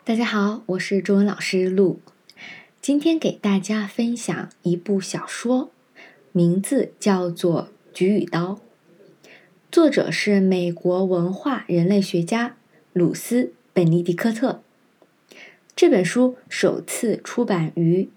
大家好，我是中文老师陆。今天给大家分享一部小说，名字叫做《菊与刀》，作者是美国文化人类学家鲁斯·本尼迪克特。这本书首次出版于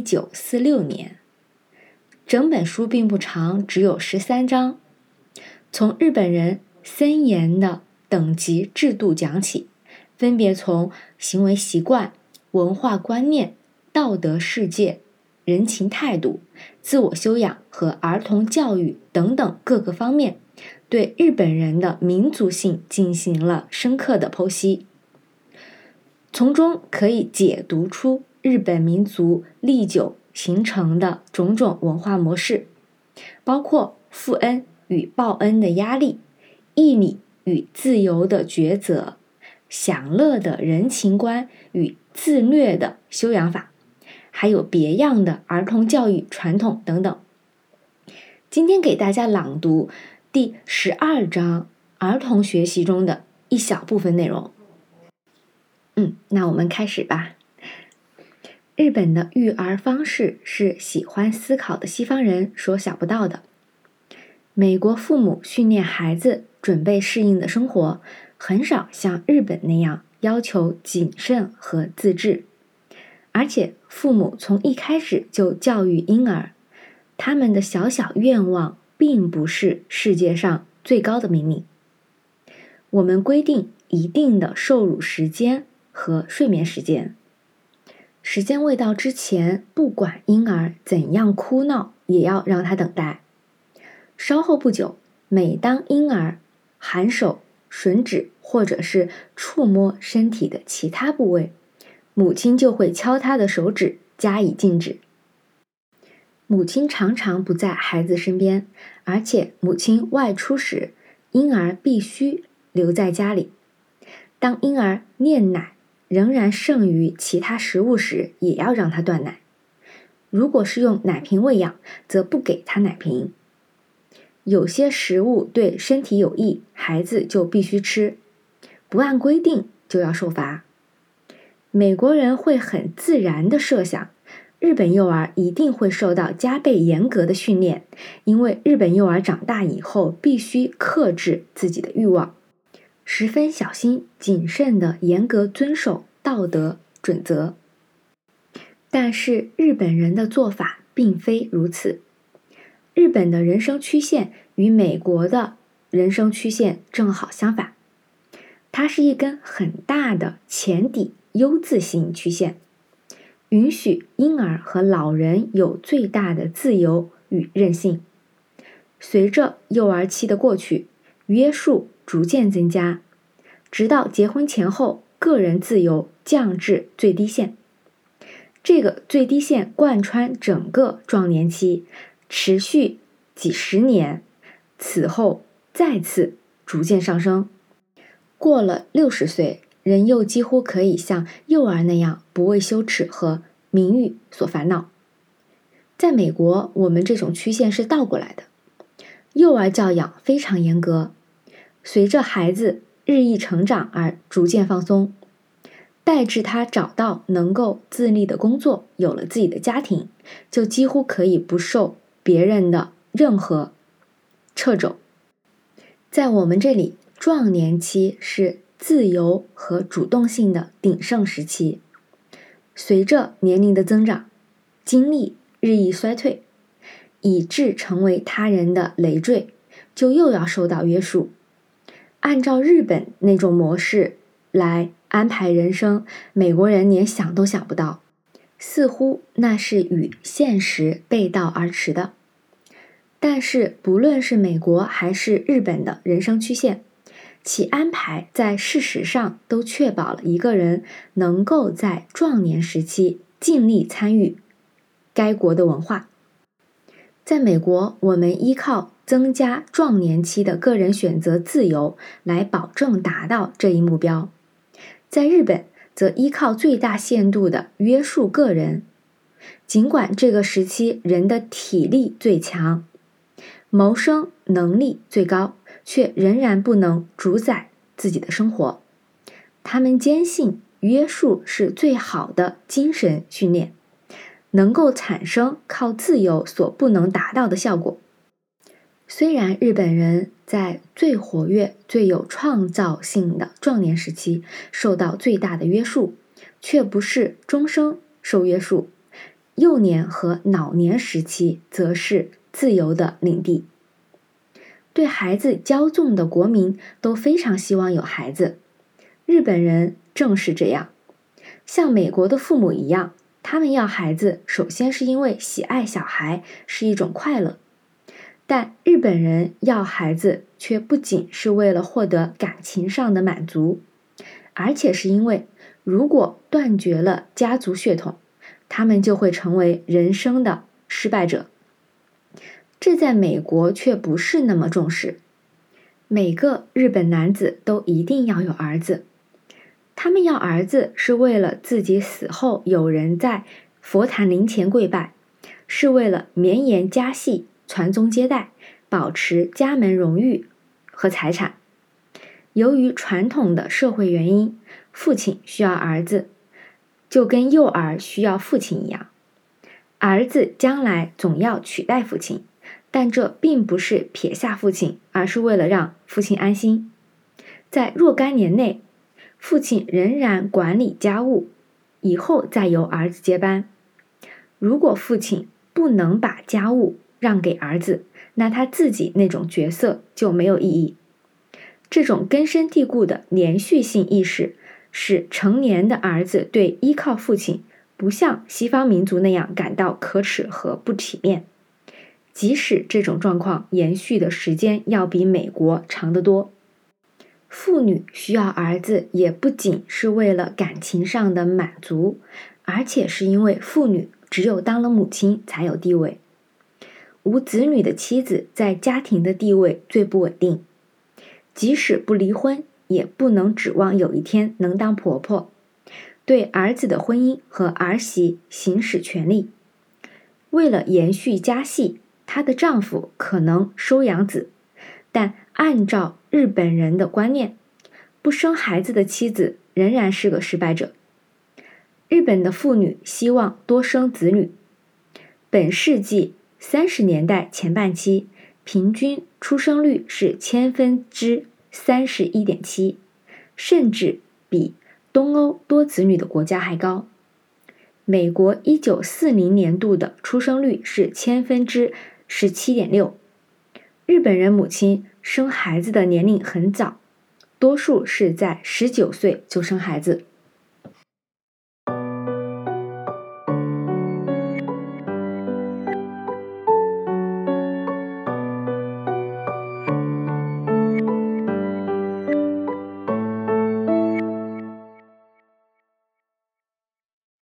1946年。整本书并不长，只有13章，从日本人森严的等级制度讲起，分别从行为习惯、文化观念、道德世界、人情态度、自我修养和儿童教育等等各个方面，对日本人的民族性进行了深刻的剖析。从中可以解读出日本民族历久形成的种种文化模式，包括负恩与报恩的压力、义理与自由的抉择、享乐的人情观与自虐的修养法，还有别样的儿童教育传统等等。今天给大家朗读第12章儿童学习中的一小部分内容。那我们开始吧。日本的育儿方式是喜欢思考的西方人所想不到的。美国父母训练孩子准备适应的生活，很少像日本那样要求谨慎和自制，而且父母从一开始就教育婴儿，他们的小小愿望并不是世界上最高的命令。我们规定一定的受乳时间和睡眠时间，时间未到之前，不管婴儿怎样哭闹，也要让他等待。稍后不久，每当婴儿含手、吮指或者是触摸身体的其他部位，母亲就会敲他的手指加以禁止。母亲常常不在孩子身边，而且母亲外出时，婴儿必须留在家里。当婴儿念奶仍然剩余其他食物时，也要让他断奶。如果是用奶瓶喂养，则不给他奶瓶。有些食物对身体有益，孩子就必须吃，不按规定就要受罚。美国人会很自然地设想，日本幼儿一定会受到加倍严格的训练，因为日本幼儿长大以后必须克制自己的欲望，十分小心谨慎地严格遵守道德准则。但是日本人的做法并非如此。日本的人生曲线与美国的人生曲线正好相反，它是一根很大的前底 U 字形曲线，允许婴儿和老人有最大的自由与韧性。随着幼儿期的过去，约束逐渐增加，直到结婚前后，个人自由降至最低线。这个最低线贯穿整个壮年期，持续几十年，此后再次逐渐上升。过了60岁，人又几乎可以像幼儿那样不为羞耻和名誉所烦恼。在美国，我们这种曲线是倒过来的，幼儿教养非常严格，随着孩子日益成长而逐渐放松，待至他找到能够自立的工作，有了自己的家庭，就几乎可以不受别人的任何掣肘。在我们这里，壮年期是自由和主动性的鼎盛时期，随着年龄的增长，精力日益衰退，以致成为他人的累赘，就又要受到约束。按照日本那种模式来安排人生，美国人连想都想不到，似乎那是与现实背道而驰的。但是不论是美国还是日本的人生曲线，其安排在事实上都确保了一个人能够在壮年时期尽力参与该国的文化。在美国，我们依靠增加壮年期的个人选择自由来保证达到这一目标。在日本，则依靠最大限度地约束个人。尽管这个时期人的体力最强，谋生能力最高，却仍然不能主宰自己的生活。他们坚信约束是最好的精神训练，能够产生靠自由所不能达到的效果。虽然日本人在最活跃、最有创造性的壮年时期受到最大的约束，却不是终生受约束。幼年和老年时期则是自由的领地。对孩子骄纵的国民都非常希望有孩子，日本人正是这样。像美国的父母一样，他们要孩子，首先是因为喜爱小孩是一种快乐。但日本人要孩子却不仅是为了获得感情上的满足，而且是因为如果断绝了家族血统，他们就会成为人生的失败者。这在美国却不是那么重视。每个日本男子都一定要有儿子，他们要儿子是为了自己死后有人在佛坛灵前跪拜，是为了绵延家系、传宗接代，保持家门荣誉和财产。由于传统的社会原因，父亲需要儿子，就跟幼儿需要父亲一样。儿子将来总要取代父亲，但这并不是撇下父亲，而是为了让父亲安心。在若干年内，父亲仍然管理家务，以后再由儿子接班。如果父亲不能把家务让给儿子，那他自己那种角色就没有意义。这种根深蒂固的连续性意识，使成年的儿子对依靠父亲不像西方民族那样感到可耻和不体面，即使这种状况延续的时间要比美国长得多。妇女需要儿子也不仅是为了感情上的满足，而且是因为妇女只有当了母亲才有地位。无子女的妻子在家庭的地位最不稳定，即使不离婚，也不能指望有一天能当婆婆，对儿子的婚姻和儿媳行使权利。为了延续家系，她的丈夫可能收养子，但按照日本人的观念，不生孩子的妻子仍然是个失败者。日本的妇女希望多生子女。本世纪30年代前半期，平均出生率是31.7%，甚至比东欧多子女的国家还高。美国1940年度的出生率是17.6%。日本人母亲生孩子的年龄很早，多数是在19岁就生孩子。